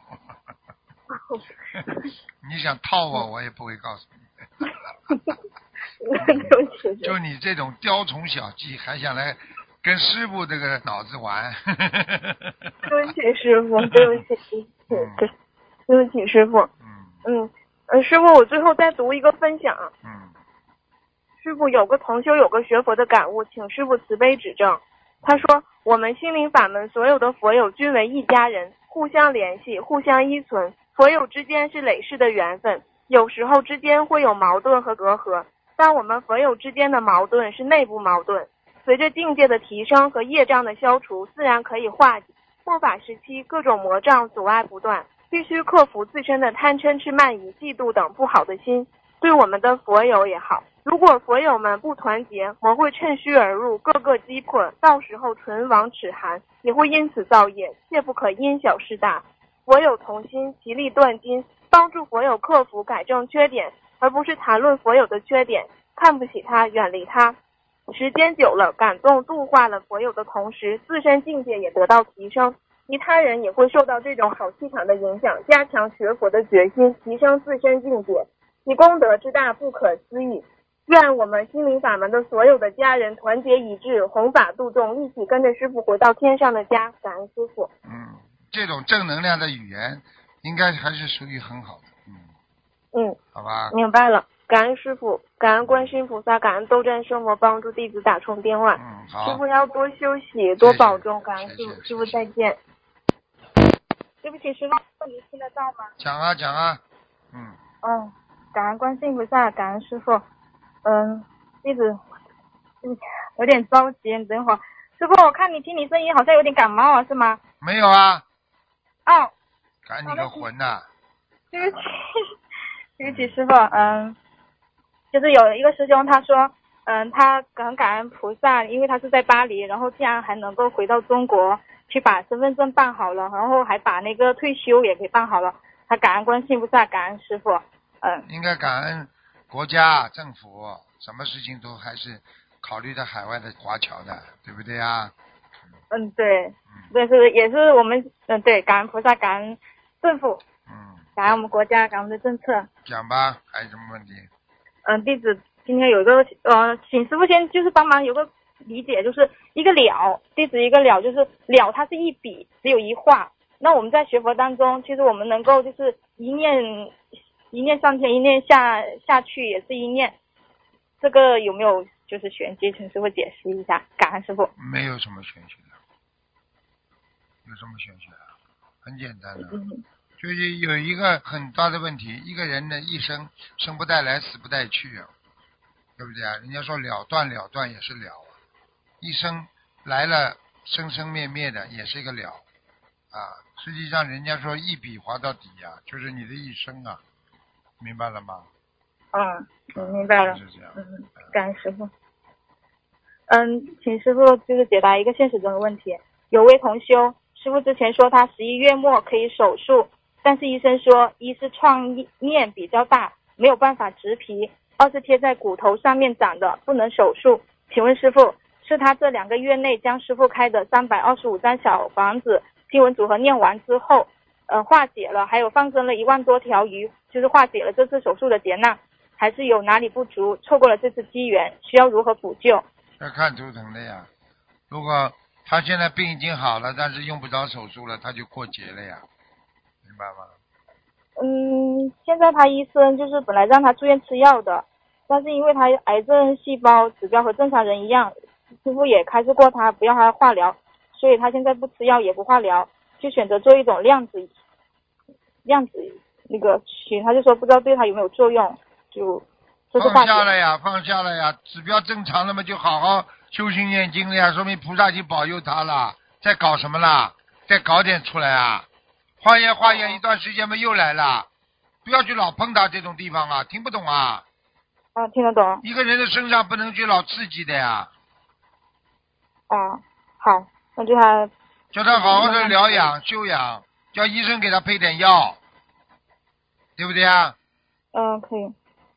你想套我，我也不会告诉你。 对不起， 就你这种雕虫小技，还想来跟师傅这个脑子玩？ 对不起，师傅，对不起，对不起，对不起，师傅。 嗯嗯呃，师傅，我最后再读一个分享。 嗯师傅有个同修有个学佛的感悟，请师傅慈悲指正。他说，我们心灵法门所有的佛友均为一家人，互相联系，互相依存，佛友之间是累世的缘分，有时候之间会有矛盾和隔阂，但我们佛友之间的矛盾是内部矛盾，随着境界的提升和业障的消除，自然可以化解。末法时期各种魔障阻碍不断，必须克服自身的贪嗔痴慢疑嫉妒等不好的心，对我们的佛友也好。如果佛友们不团结，魔会趁虚而入，各个击破，到时候唇亡齿寒，也会因此造业，切不可因小失大。佛友同心，其利断金，帮助佛友克服改正缺点，而不是谈论佛友的缺点，看不起他，远离他。时间久了，感动度化了佛友的同时，自身境界也得到提升，其他人也会受到这种好气场的影响，加强学佛的决心，提升自身境界，其功德之大不可思议。愿我们心灵法门的所有的家人团结一致，弘法度众，一起跟着师父回到天上的家。感恩师父。 嗯，这种正能量的语言，应该还是属于很好的。嗯嗯， 好吧。 明白了。感恩师父，感恩观世音菩萨，感恩斗战胜魔帮助弟子打通电话。 嗯，好。 师父要多休息，多保重。感恩师父， 谢谢师父再见。对不起，师父，你听得到吗？ 讲啊讲啊。嗯。 嗯，感恩观世音菩萨，感恩师父。嗯，弟子嗯有点着急，你等会儿。师傅，我看你听你声音好像有点感冒啊，是吗？ 没有啊。 哦。 赶你个魂呐！ 对不起，对不起，师傅。嗯，就是有一个师兄他说，嗯，他很感恩菩萨，因为他是在巴黎，然后竟然还能够回到中国去把身份证办好了，然后还把那个退休也给办好了。他感恩观世音菩萨，感恩师傅。嗯， 应该感恩国家政府，什么事情都还是考虑到海外的华侨的，对不对啊？ 嗯，对，对是也是我们嗯对，感恩菩萨，感恩政府， 嗯， 感恩我们国家，感恩我们的政策。 讲吧，还有什么问题？ 嗯，弟子今天有一个呃，请师傅先就是帮忙有个理解，就是一个了，弟子一个了，就是了，它是一笔，只有一画。那我们在学佛当中，其实我们能够就是一念一念上天，一念下下去，也是一念。这个有没有就是玄机？请师傅解释一下，感恩师傅。 没有什么玄学的，有什么玄学啊？很简单的。 嗯， 就是有一个很大的问题，一个人的一生生不带来，死不带去啊，对不对啊？人家说了断了断也是了啊，一生来了生生灭灭的也是一个了啊。实际上人家说一笔划到底啊，就是你的一生啊，明白了吗？ 嗯，明白了。 是这样。 嗯，感恩师傅。嗯，请师傅就是解答一个现实中的问题。有位同修，师傅之前说他十一月末可以手术，但是医生说，一是创面比较大，没有办法植皮；二是贴在骨头上面长的，不能手术。请问师傅，是他这两个月内将师傅开的三百二十五张小房子经文组合念完之后，呃，化解了，还有放生了一万多条鱼，就是化解了这次手术的劫难，还是有哪里不足，错过了这次机缘，需要如何补救？ 要看图腾的呀。如果他现在病已经好了，但是用不着手术了，他就过节了呀，明白吗？ 嗯，现在他医生就是本来让他住院吃药的，但是因为他癌症细胞指标和正常人一样，师傅也开示过他不要他化疗，所以他现在不吃药也不化疗，就选择做一种量子量子那个群，他就说不知道对他有没有作用，就这是化放解。 下了呀，放下了呀，指标正常了嘛，就好好修心念经了呀，说明菩萨已经保佑他了。在搞什么啦？再搞点出来啊！化验化验一段时间嘛，又来了。不要去老碰他这种地方啊，听不懂啊？ 啊，听得懂。 一个人的身上不能去老刺激的呀。 啊，好，那就他叫他好好的疗养休养，叫医生给他配点药，对不对啊？ 嗯，可以。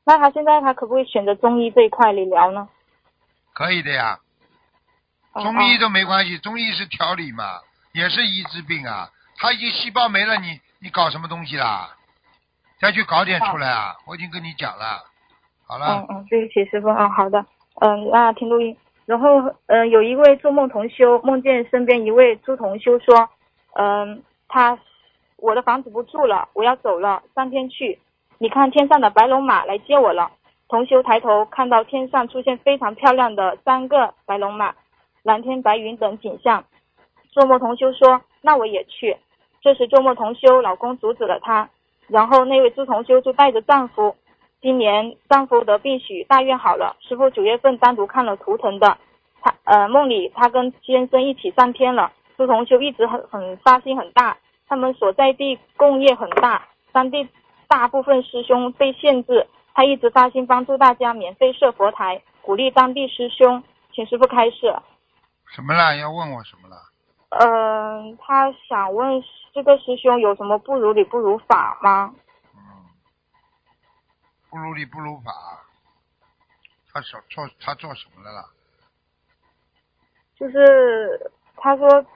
那他现在他可不可以选择中医这一块理疗呢？ 可以的呀， 哦中医都没关系，中医是调理嘛，也是医治病啊。他已经细胞没了，你你搞什么东西啦？再去搞点出来啊！我已经跟你讲了，好了。 嗯嗯，对不起师傅，嗯好的，嗯那听录音。然后嗯有一位做梦同修梦见身边一位朱同修说，嗯他我的房子不住了，我要走了，上天去，你看天上的白龙马来接我了。同修抬头看到天上出现非常漂亮的三个白龙马，蓝天白云等景象。做梦同修说那我也去。这时做梦同修老公阻止了他，然后那位朱同修就带着丈夫，今年丈夫得病许大愿好了，师父九月份单独看了图腾的，他呃梦里他跟先生一起上天了。朱同修一直很很发心很大，他们所在地共业很大，当地大部分师兄被限制，他一直发心帮助大家免费设佛台，鼓励当地师兄，请师父开示。 什么啦？要问我什么啦？ 嗯、呃，他想问这个师兄有什么不如理不如法吗？ 嗯，不如理不如法。他做做他做什么了啦？ 就是他说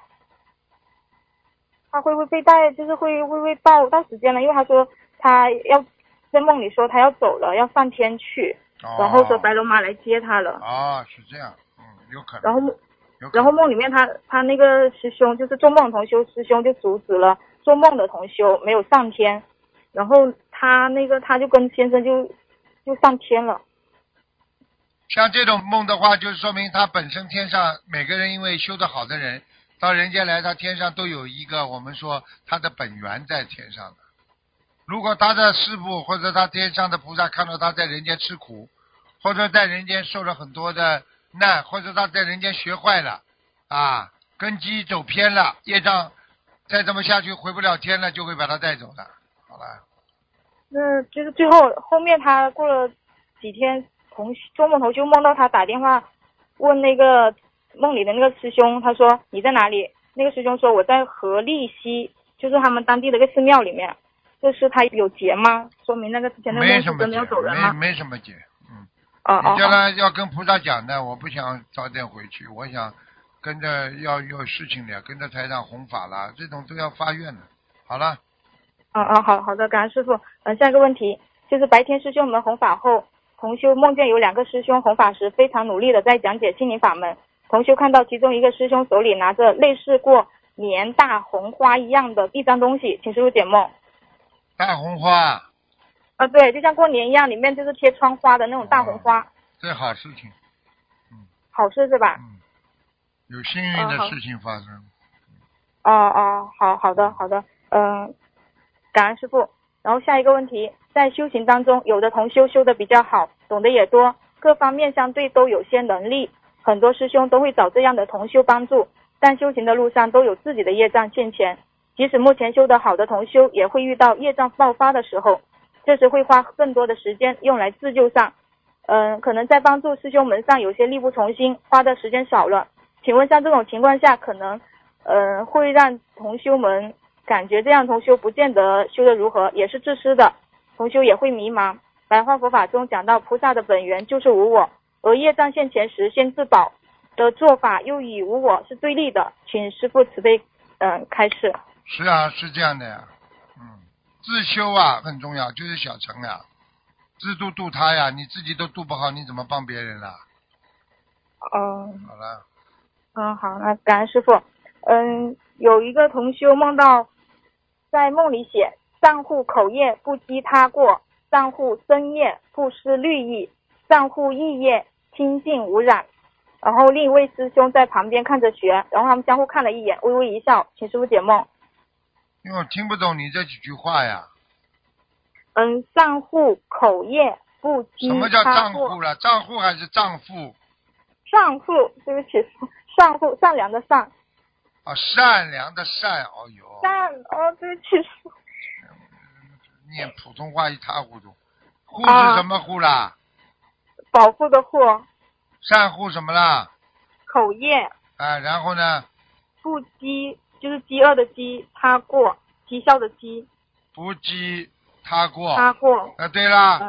他会不会被带，就是会会不会到到时间了？因为他说他要在梦里说他要走了，要上天去， 哦、 然后说白龙马来接他了。 哦，是这样，嗯，有可能。 然后有可能然后梦里面他他那个师兄就是做梦同修师兄就阻止了做梦的同修没有上天，然后他那个他就跟先生就就上天了。 像这种梦的话，就是说明他本身天上每个人因为修得好的人到人间来，他天上都有一个我们说他的本源在天上的。如果他的师父或者他天上的菩萨看到他在人间吃苦，或者在人间受了很多的难，或者他在人间学坏了啊，根基走偏了，业障再这么下去回不了天了，就会把他带走的。好了， 那就是最后后面他过了几天同做梦头就梦到他打电话问那个梦里的那个师兄，他说你在哪里？那个师兄说我在和利溪，就是他们当地的一个寺庙里面。这是他有劫吗？说明那个之前那个梦是真的要走人吗？ 没没什么劫，嗯。 哦哦。 你叫他要跟菩萨讲的，我不想早点回去，我想跟着要有事情的，跟着台上弘法啦，这种都要发愿的。好了。 嗯嗯，好好的，感恩师傅。嗯，下一个问题就是白天师兄们弘法后，同修梦见有两个师兄弘法时非常努力的在讲解心灵法门。同修看到其中一个师兄手里拿着类似过年大红花一样的一张东西，请师傅解梦。 大红花。 啊，对，就像过年一样，里面就是贴窗花的那种大红花。 哦、这好事情。嗯。 好事是吧？ 嗯。有幸运的事情发生。 哦哦，好好的好的，嗯、呃，感恩师傅。然后下一个问题，在修行当中，有的同修修的比较好，懂得也多，各方面相对都有些能力，很多师兄都会找这样的同修帮助，但修行的路上都有自己的业障现前。即使目前修得好的同修，也会遇到业障爆发的时候，这时会花更多的时间用来自救上，嗯、呃，可能在帮助师兄们上有些力不从心，花的时间少了。请问像这种情况下，可能呃会让同修们感觉这样同修不见得修得如何，也是自私的，同修也会迷茫。白话佛法中讲到菩萨的本源就是无我，而业障现前时先自保的做法又与无我是对立的，请师父慈悲嗯、呃、开示。 是啊，是这样的呀，嗯，自修啊很重要，就是小乘啊，自度度他呀，你自己都度不好，你怎么帮别人啦？ 嗯， 好了。 嗯，好，那感恩师父。嗯，有一个同修梦到在梦里写上户口业不积他过，上户身业不失律意，上户意业清净无染。然后另一位师兄在旁边看着学，然后他们相互看了一眼，微微一笑，请师父解梦。 因为我听不懂你这几句话呀。 嗯，上户口业不积他过。什么叫账户了？账户还是丈夫？ 上户，对不起，上户，善良的善。 啊，善良的善，哦哟。 善，哦，对不起。 念普通话一塌糊涂。户是什么户啦？啊、 保护的护。 善户什么啦？ 口业。 啊，然后呢？ 不积，就是饥饿的饥，他过，讥笑的讥。 不积他过。 他过。 啊，对啦。 嗯。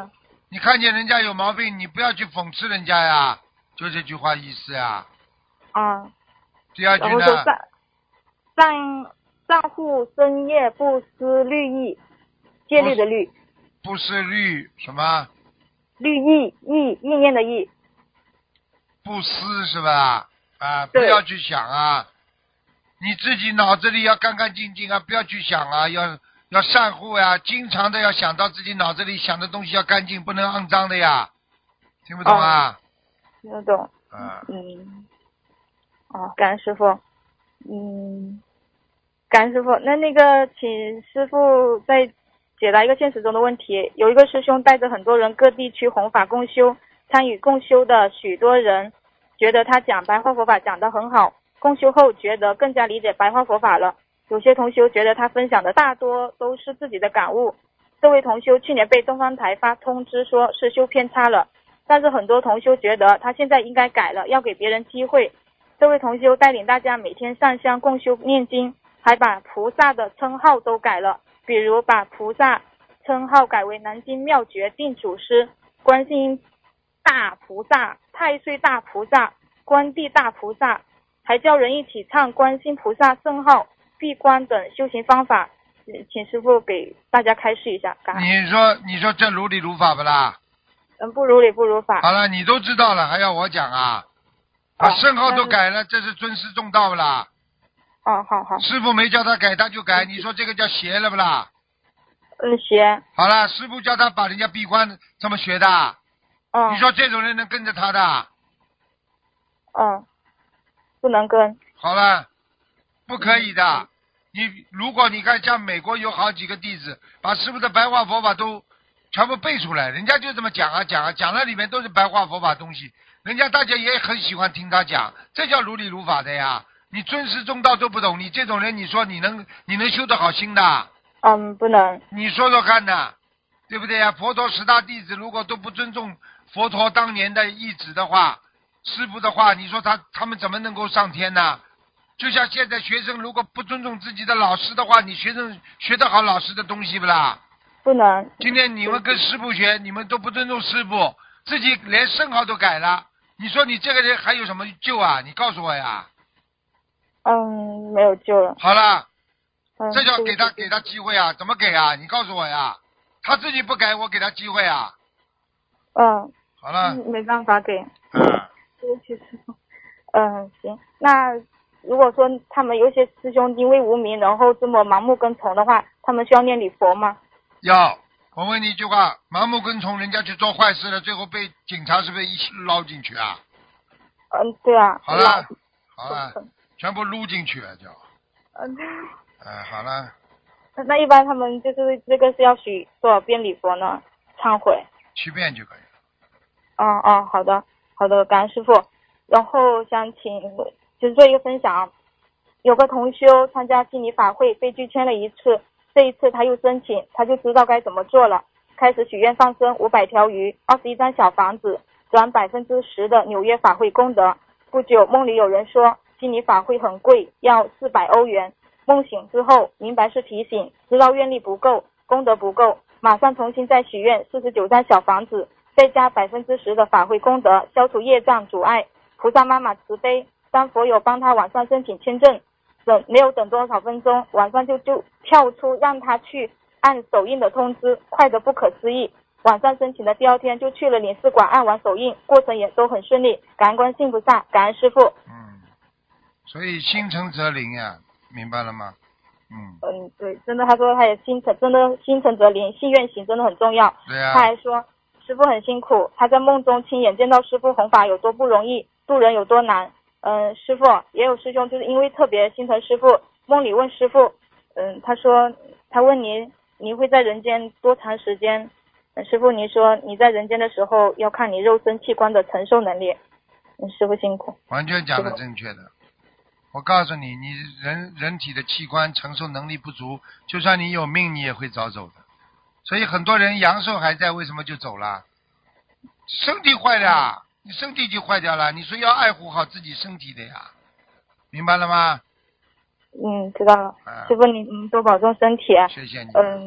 你看见人家有毛病，你不要去讽刺人家呀，就这句话意思呀。 啊。 第二句呢？ 然后说上上上户深夜不思虑意，戒律的律。 不思虑什么？ 虑意意意念的意。 不思是吧？啊，不要去想啊，你自己脑子里要干干净净啊，不要去想啊，要要善护呀、啊，经常的要想到自己脑子里想的东西要干净，不能肮脏的呀，听不懂啊？ 听得懂。 啊。 嗯。哦，感恩师傅。嗯，感恩师傅。那那个，请师傅再解答一个现实中的问题。有一个师兄带着很多人各地去弘法共修，参与共修的许多人觉得他讲白话佛法讲得很好，共修后觉得更加理解白话佛法了。有些同修觉得他分享的大多都是自己的感悟。这位同修去年被东方台发通知说是修偏差了，但是很多同修觉得他现在应该改了，要给别人机会。这位同修带领大家每天上香共修念经，还把菩萨的称号都改了，比如把菩萨称号改为南京妙觉定祖师、观世音大菩萨、太岁大菩萨、观地大菩萨，还叫人一起唱观世音菩萨圣号、闭关等修行方法。请师父给大家开示一下。 你说你说这如理如法不啦？ 嗯，不如理不如法。 好了，你都知道了，还要我讲啊？把圣号都改了，这是尊师重道不啦？ 哦，好好。 师傅没叫他改，他就改，你说这个叫邪了不啦？ 嗯，邪。 好了，师傅叫他把人家闭关，这么学的？ 嗯。 你说这种人能跟着他的？ 嗯，不能跟。 好了，不可以的。嗯、你如果你看像美国有好几个弟子，把师傅的白话佛法都全部背出来，人家就这么讲啊讲啊，讲了里面都是白话佛法东西。人家大家也很喜欢听他讲，这叫如理如法的呀。你尊师重道都不懂，你这种人，你说你能你能修得好心的？ 嗯，不能。 你说说看呢，对不对呀？佛陀十大弟子如果都不尊重佛陀当年的意旨的话，师父的话，你说他他们怎么能够上天呢？就像现在学生如果不尊重自己的老师的话，你学生学得好老师的东西不啦？ 不能。 今天你们跟师父学，你们都不尊重师父，自己连圣号都改了。你说你这个人还有什么救啊？你告诉我呀。 嗯，没有救了。 好了， 嗯、 这叫给他给他机会啊？怎么给啊？你告诉我呀。他自己不改，我给他机会啊。 嗯。 好了。 嗯、没办法给。 嗯。 对不起师父。嗯，行。那如果说他们有些师兄因为无名，然后这么盲目跟从的话，他们需要念礼佛吗？ 要。我问你一句话，盲目跟从人家去做坏事了，最后被警察是不是一起捞进去啊？ 嗯，对啊。 好了，好了，全部撸进去了就。 嗯。 哎，好了。 那一般他们就是这个是要许多少遍礼佛呢？忏悔。 七遍就可以了。 哦哦，好的好的，感恩师父。然后想请就是做一个分享，有个同修参加心理法会被拒签了一次。这一次他又申请，他就知道该怎么做了，开始许愿放生五百条鱼、二十一张小房子，转百分之十的纽约法会功德。不久梦里有人说心理法会很贵，要四百欧元。梦醒之后明白是提醒，知道愿力不够，功德不够，马上重新再许愿四十九张小房子，再加百分之十的法会功德，消除业障阻碍。菩萨妈妈慈悲，当佛友帮他晚上申请签证，等没有等多少分钟，晚上就就跳出让他去按手印的通知，快得不可思议。晚上申请的第二天就去了领事馆按完手印，过程也都很顺利。感恩观世音菩萨，感恩师父。 嗯，所以心诚则灵呀，明白了吗？嗯嗯，对，真的，他说他也心诚，真的心诚则灵，信愿行真的很重要。 对呀、啊。 他还说师父很辛苦，他在梦中亲眼见到师父弘法有多不容易，渡人有多难。嗯，师父也有师兄就是因为特别心疼师父，梦里问师父，嗯，他说他问您，您会在人间多长时间？嗯，师父您说你在人间的时候要看你肉身器官的承受能力。嗯，师父辛苦。 完全讲的正确的。我告诉你，你人人体的器官承受能力不足，就算你有命，你也会早走的。所以很多人阳寿还在，为什么就走了？身体坏了，你身体就坏掉了。你说要爱护好自己身体的呀，明白了吗？ 嗯，知道了。 啊、 师父你嗯多保重身体。 谢谢你。 嗯，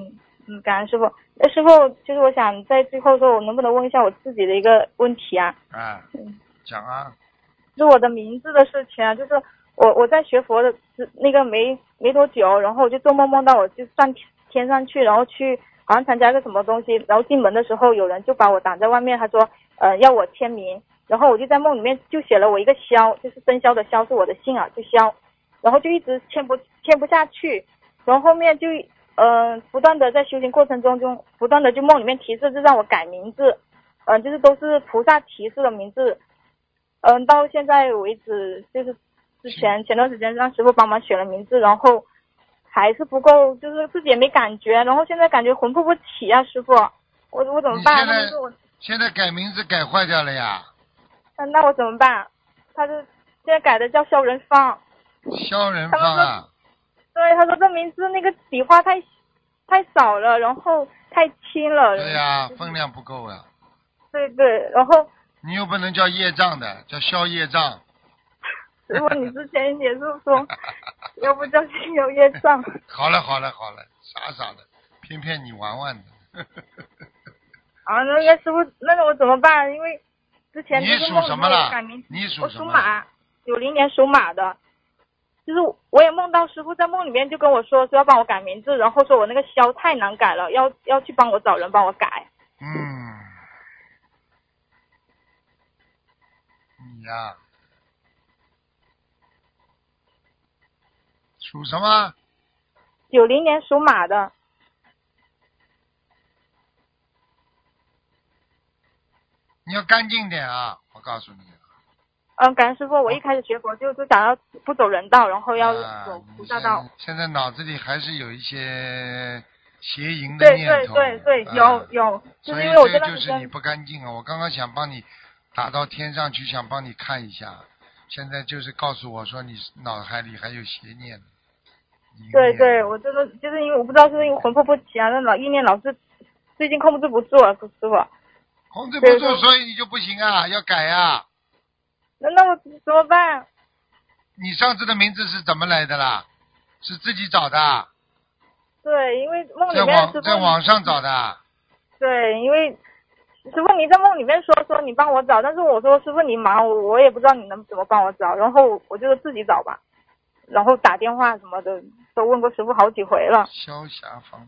嗯，感恩师傅。那师傅，就是我想在最后说，我能不能问一下我自己的一个问题啊？ 啊， 嗯， 讲啊。 是我的名字的事情啊，就是我我在学佛的那个没没多久，然后我就做梦梦到我就上天上去，然后去好像参加个什么东西，然后进门的时候有人就把我挡在外面，他说呃要我签名，然后我就在梦里面就写了我一个肖，就是生肖的肖是我的姓啊，就肖，然后就一直签不签不下去，然后后面就呃不断的在修行过程中就不断的就梦里面提示就让我改名字，嗯、呃、就是都是菩萨提示的名字。嗯，到现在为止，就是之前前段时间让师傅帮忙选了名字，然后还是不够，就是自己也没感觉，然后现在感觉魂魄不齐啊，师傅，我我怎么办？ 你现在他们说我， 现在改名字改坏掉了呀？ 嗯，那我怎么办？他就现在改的叫肖仁芳， 肖仁芳啊？ 对，他说这名字那个笔画太太少了，然后太轻了。 对呀、啊，分量不够啊。 对对，然后。 你又不能叫业障的，叫消业障。 师傅，你之前也是说，要不叫心有业障。 好了好了好了，傻傻的，骗骗你玩玩的。 啊，那个师傅，那个我怎么办？因为之前就你属是梦里面什么了我改名， 你属我什么属马，九零年属马的。就是我也梦到师傅在梦里面就跟我说说要帮我改名字，然后说我那个肖太难改了，要要去帮我找人帮我改。 嗯。你呀、属什么？ 九零年属马的。 你要干净点啊！我告诉你。 嗯，感恩师傅，我一开始学佛就就想要不走人道，然后要走菩萨道。 啊、现在脑子里还是有一些邪淫的对念头。 对对对， 啊、 有有，就是因为我所以这个这段时间就是你不干净啊！我刚刚想帮你打到天上去，想帮你看一下，现在就是告诉我说你脑海里还有邪念。 对对，我这个就是因为我不知道是不是因为魂魄不齐啊，那老意念老是最近控制不住啊，师傅。 控制不住，所以你就不行啊，要改啊。 那那我怎么办？ 你上次的名字是怎么来的啦？是自己找的？ 对，因为梦里在面师傅网在网上找的。 对，因为师傅你在梦里面说说你帮我找，但是我说师傅你忙，我我也不知道你能怎么帮我找，然后我就自己找吧，然后打电话什么的都问过师傅好几回了。 萧霞芳，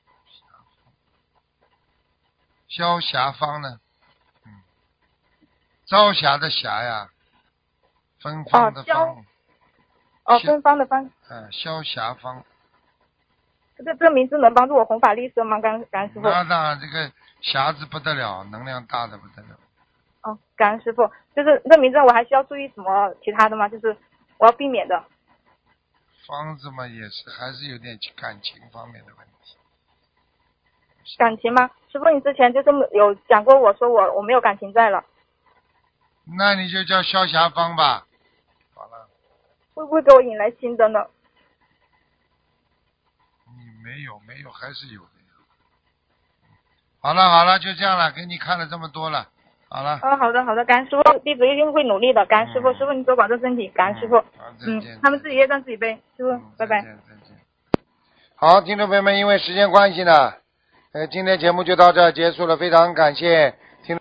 萧霞芳呢？嗯，朝霞的霞呀，芬芳的芳。 哦，芬芳的芳。 嗯，萧霞芳。 这这个名字能帮助我弘法利生吗？感感恩师傅。 那当然，这个匣子不得了，能量大的不得了。 哦，感恩师傅。就是这名字我还需要注意什么其他的吗？就是我要避免的。 方子嘛，也是还是有点感情方面的问题。 感情吗？师傅，你之前就是有讲过，我说我我没有感情在了。 那你就叫萧霞芳吧。好了。 会不会给我引来新的呢？ 你没有没有还是有的。好了好了，就这样了，给你看了这么多了，好了。 哦，好的好的，感恩师傅，弟子一定会努力的。感恩师傅， 嗯、 师傅你多保重身体，感恩师傅。 嗯， 嗯，他们自己业障自己背，师傅、嗯，拜拜。 再见再见。好，听众朋友们，因为时间关系呢，呃，今天节目就到这儿结束了，非常感谢